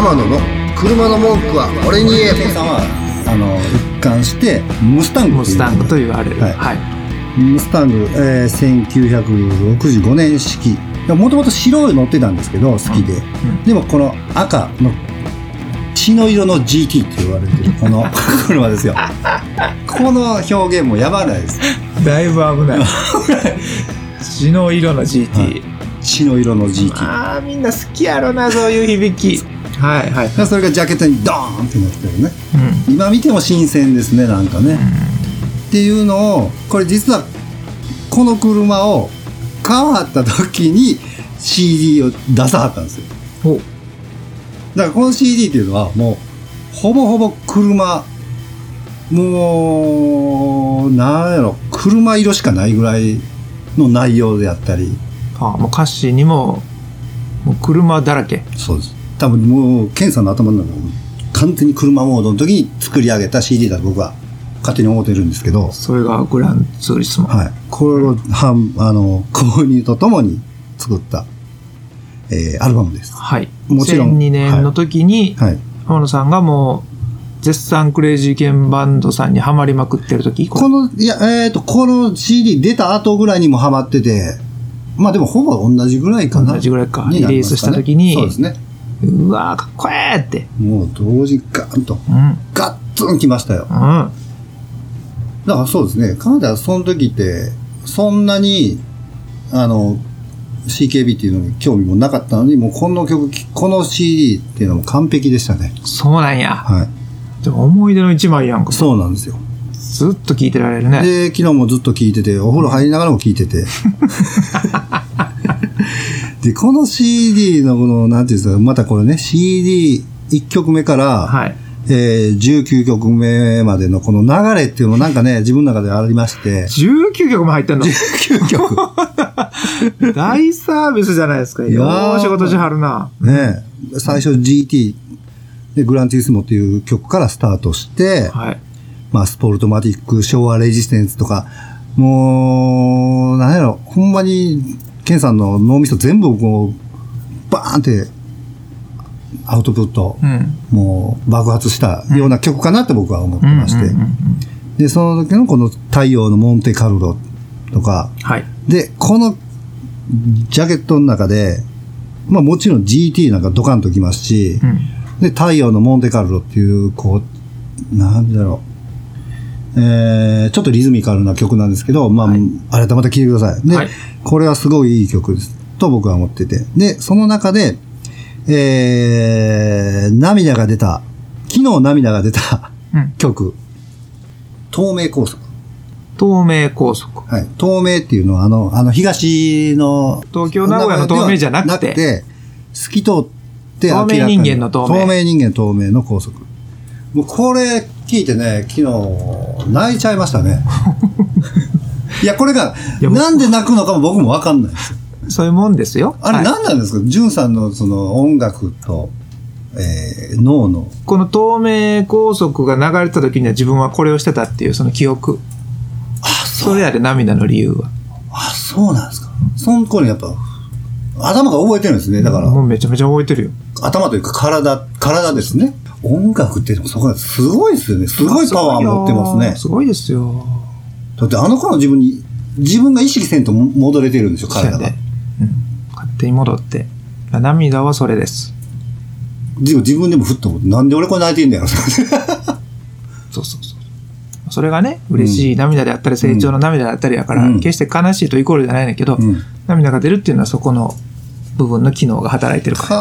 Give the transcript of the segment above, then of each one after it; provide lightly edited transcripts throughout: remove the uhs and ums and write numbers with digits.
天野の車の文句は俺に言え。 ケンさんは一貫してムスタングと言われる、 はいはい、ムスタング、1965年式。もともと白い乗ってたんですけど好きで、でもこの赤の血の色の GT って言われてるこの車ですよ。この表現もやばないです。 だいぶ危ない。血の色の GT、はい、 血の色の GT。 ああみんな好きやろなそういう響き。はいはい。 それがジャケットにドーンってなってるね、今見ても新鮮ですねなんかね、っていうのをこれ実はこの車を買わはった時に CD を出さはったんですよ。だからこの CD っていうのはもうほぼほぼ車もうなんやろ車色しかないぐらいの内容であったり、 もう歌詞にもう車だらけ。 そうです。多分もうケンさんの頭の中完全に車モードの時に作り上げた CD だと僕は勝手に思ってるんですけど、 それがグランツーリスモ、 はい、これを購入とともに作った、アルバムです。 はい。 もちろん 2002年の時に、はい、天野さんがもう絶賛クレイジーケンバンドさんにハマりまくってる時、 この CD 出た後ぐらいにもハマってて、まあでもほぼ同じぐらいかな。 同じぐらいか。リリースした時に、 そうですね。 うわーかっこええって。 もう同時ガーンと、ガッツンきましたよ。だからそうですね。カナダはその時ってそんなにCKB っていうのに興味もなかったのに、もうこの曲この CD っていうのも完璧でしたね。 そうなんや。 はい。 でも思い出の一枚やんか。 そうなんですよ。 ずっと聴いてられるね。 で昨日もずっと聴いてて、お風呂入りながらも聴いてて。でこの CD のこのなんていうんですか、またこれね CD1 曲目から、はい、19曲目までのこの流れっていうのなんかね自分の中でありまして。 19曲も入ってんの ？19曲。 大サービスじゃないですか。よー仕事しはるな。 ね、最初 GT でグランティスモっていう曲からスタートして、はい、まあスポルトマティック、昭和レジステンスとか、もうなんやろほんまにケンさんの脳みそ全部こうバーンってアウトプット、もう爆発したような曲かなって僕は思ってまして、でその時のこの太陽のモンテカルロとか、はい、でこのジャケットの中で、まあもちろん GT なんかドカンときますし、で太陽のモンテカルロっていうこうなんだろう、ちょっとリズミカルな曲なんですけど、まあ、はい、改めて聴いてください。で、はい、これはすごいいい曲ですと僕は思ってて、でその中で、涙が出た昨日涙が出た曲、東名高速。 東名高速、 はい、東名っていうのは東の東京名古屋の東名じゃなくて透き通って透明人間の東名、 透明人間東名の高速。もうこれ聞いてね昨日泣いちゃいましたね。いやこれがなんで泣くのかも僕も分かんないですよ。 そういうもんですよ。 あれ何なんですか、ジュンさんのその音楽と、脳のこの東名高速が流れた時には自分はこれをしてたっていうその記憶。それやで涙の理由は。 あ、そうなんですか。その頃にやっぱ頭が覚えてるんですね。だからもうめちゃめちゃ覚えてるよ。 頭というか体ですね。音楽ってそこがすごいですよね。すごいパワー持ってますね。 すごいですよ。 だって頃の自分が意識せんと戻れてるんですよ、体が。 勝手に戻って。涙はそれです。 自分でもふっと思って、なんで俺これ泣いてんだよ。 そう。それがね、嬉しい涙であったり、成長の涙であったりやから、決して悲しいとイコールじゃないんだけど、涙が出るっていうのはそこの部分の機能が働いてるから。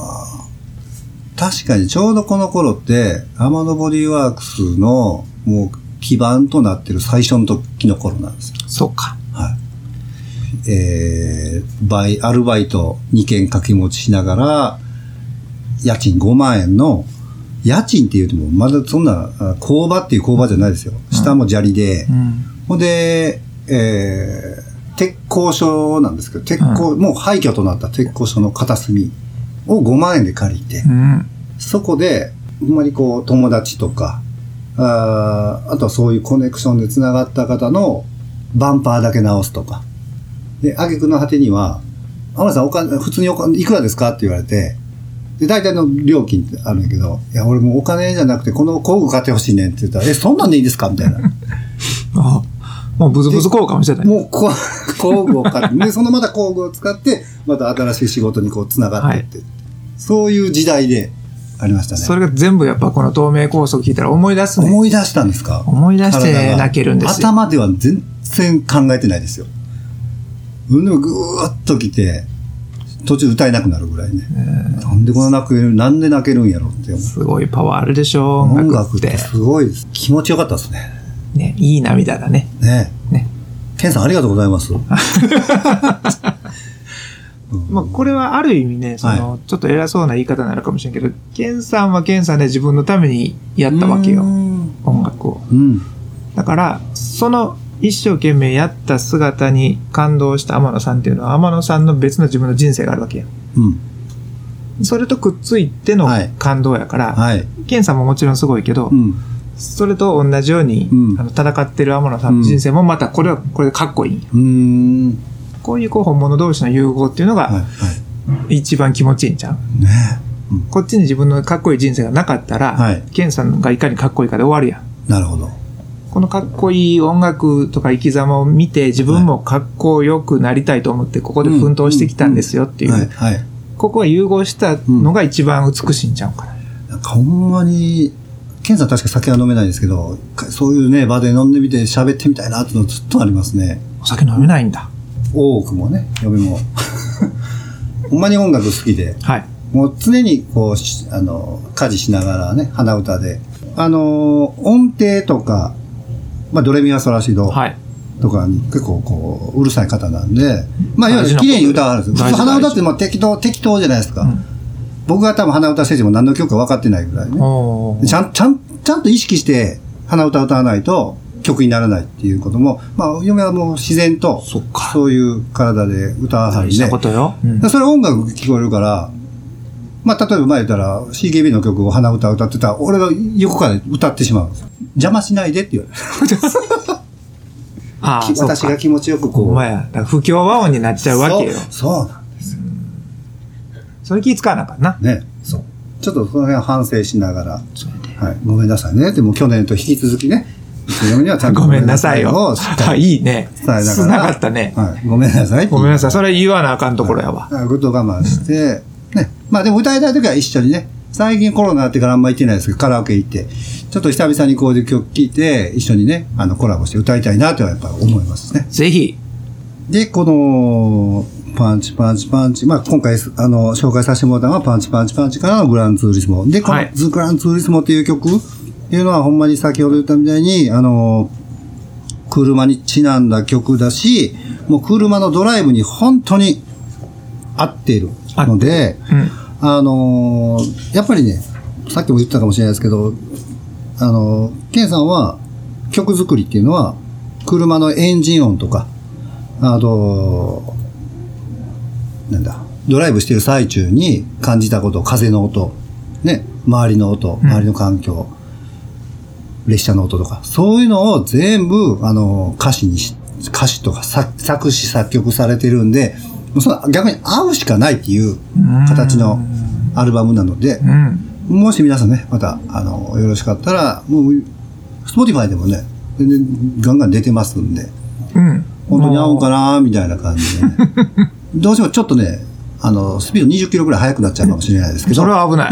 確かにちょうどこの頃って天野ボディーワークスのもう基盤となってる最初の時の頃なんですよ。 そうか。 はい。アルバイト2件掛け持ちしながら家賃5万円の家賃って言うてもまだそんな工場っていう工場じゃないですよ。下も砂利で、ほんで、鉄工所なんですけど、もう廃墟となった鉄工所の片隅を5万円で借りて、そこでほんまにこう友達とかあとはそういうコネクションでつながった方のバンパーだけ直すとかで、挙句の果てには天野さん普通にいくらですかって言われてで、大体の料金ってあるんやけど、いや、俺もうお金じゃなくて、この工具買ってほしいねんって言ったら、そんなんでいいですかみたいな。 あ、もうブツブツ工具かもしれない。 もう工具を買って、で、そのまた工具を使って、また新しい仕事にこう、繋がっていって、はい、そういう時代でありましたね。 それが全部やっぱこの東名高速聞いたら思い出すね。 思い出したんですか？ 思い出して泣けるんですよ。 頭では全然考えてないですよ。ぐーっと来て、途中歌えなくなるぐらいね。なんでこんななんで泣けるんやろって思う。 すごいパワーあるでしょ、 音楽ってすごいです。気持ちよかったですね。 ね、いい涙だね。 ね。ケンさんありがとうございます。 まあこれはある意味ね、ちょっと偉そうな言い方になるかもしれんけど、ケンさんはケンさんで自分のためにやったわけよ。音楽を。だから、その一生懸命やった姿に感動した天野さんっていうのは、天野さんの別の自分の人生があるわけや。それとくっついての感動やから、ケンさんももちろんすごいけど、それと同じように、戦ってる天野さんの人生もまたこれでかっこいい。こういう本物同士の融合っていうのが一番気持ちいいんちゃう？こっちに自分のかっこいい人生がなかったら、ケンさんがいかにかっこいいかで終わるやん。 なるほど。 このかっこいい音楽とか生き様を見て自分もかっこよくなりたいと思ってここで奮闘してきたんですよっていう、ここが融合したのが一番美しいんちゃうかな。 なんかほんまにケンさん確か酒は飲めないですけど、そういうね場で飲んでみて喋ってみたいなっていうのずっとありますね。 お酒飲めないんだ。 多くもね、嫁もほんまに音楽好きで、もう常にこう家事しながらね、鼻歌で音程とか、まあドレミファソラシドとかに結構こううるさい方なんで、まあいわゆる綺麗に歌われるんですよ。鼻歌ってまあ適当じゃないですか。僕が多分鼻歌ステージも何の曲か分かってないぐらいね。ちゃんと意識して鼻歌歌わないと曲にならないっていうことも、まあ嫁はもう自然とそういう体で歌わはりね。それ音楽聞こえるから、まあ例えば前言ったら CKB の曲を鼻歌歌ってたら俺が横から歌ってしまうんですよ。邪魔しないでって言われる。私が気持ちよくこう。 お前や、だから不協和音になっちゃうわけよ。 そうなんです。 それ気使わなあかんな。 ね、そう。ちょっとその辺反省しながら、はい、ごめんなさいね。でも去年と引き続きね、嫁にはちゃんとごめんなさいよ。いいね。 伝えながら。 つながったね。 はい、ごめんなさい。 ごめんなさい。それ言わなあかんところやわ。 ぐっと我慢して、ね。まあでも歌いたいときは一緒にね、最近コロナになってからあんま行ってないですけど、カラオケ行って、ちょっと久々にこういう曲聴いて、一緒にね、コラボして歌いたいなとはやっぱ思いますね。 ぜひ。 で、この、パンチ、まあ今回、紹介させてもらったのはパンチからのグランツーリスモ。で、このグランツーリスモっていう曲っていうのはほんまに先ほど言ったみたいに、車にちなんだ曲だし、もう車のドライブに本当に合っているので、やっぱりね、さっきも言ったかもしれないですけど、ケンさんは曲作りっていうのは、車のエンジン音とか、あと、ドライブしてる最中に感じたこと、風の音、ね、周りの音、周りの環境、列車の音とか、そういうのを全部、歌詞とか作詞作曲されてるんで、逆に合うしかないっていう形のアルバムなので、もし皆さんね、また、よろしかったら、もう、Spotify でもね、全然ガンガン出てますんで、本当に合うんかなみたいな感じで、ね、どうしてもちょっとね、スピード20キロぐらい速くなっちゃうかもしれないですけど。 それは危ない。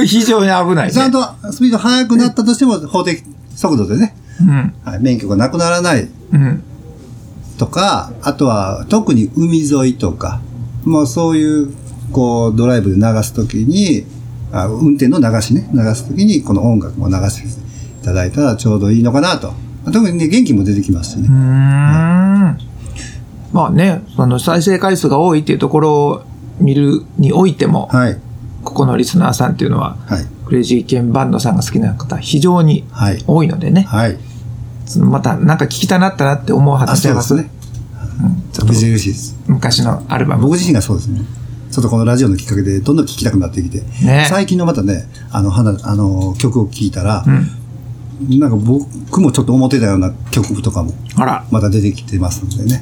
非常に危ない、ね。 ちゃんとスピード速くなったとしても、法的速度でね、はい、免許がなくならない。とか、あとは特に海沿いとか、もうそういう、こう、ドライブで流すときに、運転の流すときに、この音楽も流していただいたらちょうどいいのかなと。特にね、元気も出てきますしね。 まあね、再生回数が多いっていうところを見るにおいても、ここのリスナーさんっていうのは、クレイジーケンバンドさんが好きな方非常に多いのでね。またなんか聞きたなったなって思うはずです。 そうですね。ちょっと嬉しいです。 昔のアルバム。 僕自身がそうですね。ちょっとこのラジオのきっかけでどんどん聴きたくなってきて、最近のまたね、曲を聴いたら、なんか僕もちょっと思ってたような曲とかもまた出てきてますんでね。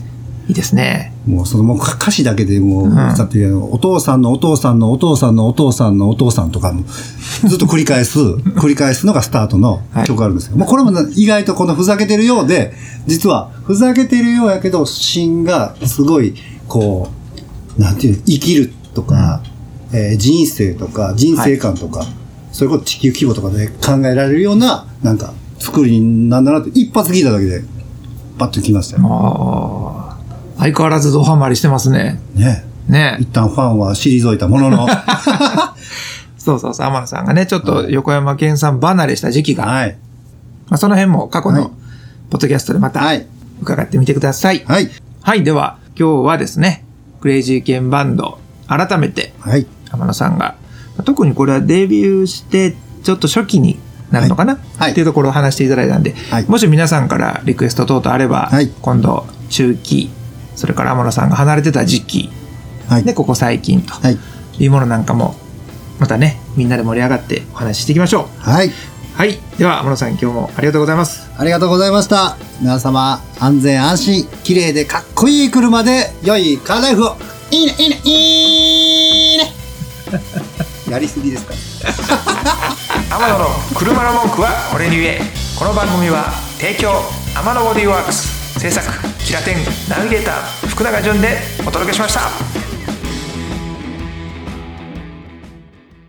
いいですね。 もうそのもう歌詞だけでもう、だってお父さんのお父さんのお父さんのお父さんのお父さんとかもずっと繰り返すのがスタートの曲があるんですよ。もうこれも意外とこのふざけてるようで、実はふざけてるようやけど、芯がすごいこう、なんていう、生きるとか、人生とか人生観とか、それこそ地球規模とかで考えられるような、なんか作りなんだなって一発聞いただけで、パッときましたよ。 相変わらずドハマりしてますね。ね。 一旦ファンは退いたものの。 そうそうそう、天野さんがね、ちょっと横山健さん離れした時期が。 はい。 まあ、その辺も過去のポッドキャストでまた伺ってみてください。 はい。 はい。では、今日はですね、クレイジーケンバンド、改めて、天野さんが、特にこれはデビューして、ちょっと初期になるのかな、っていうところを話していただいたんで、もし皆さんからリクエスト等々あれば、今度、中期、それから天野さんが離れてた時期、で、ここ最近というものなんかも、またね、みんなで盛り上がってお話ししていきましょう。はい。はい。では、天野さん、今日もありがとうございます。 ありがとうございました。皆様、安全安心、綺麗でかっこいい車で、良いカーライフを。いいね、いいね、いいね。やりすぎですかね。 天野の車の文句は俺に言え。この番組は、提供、天野ボディーワークス。制作キラテンナビゲーター福永潤でお届けしました。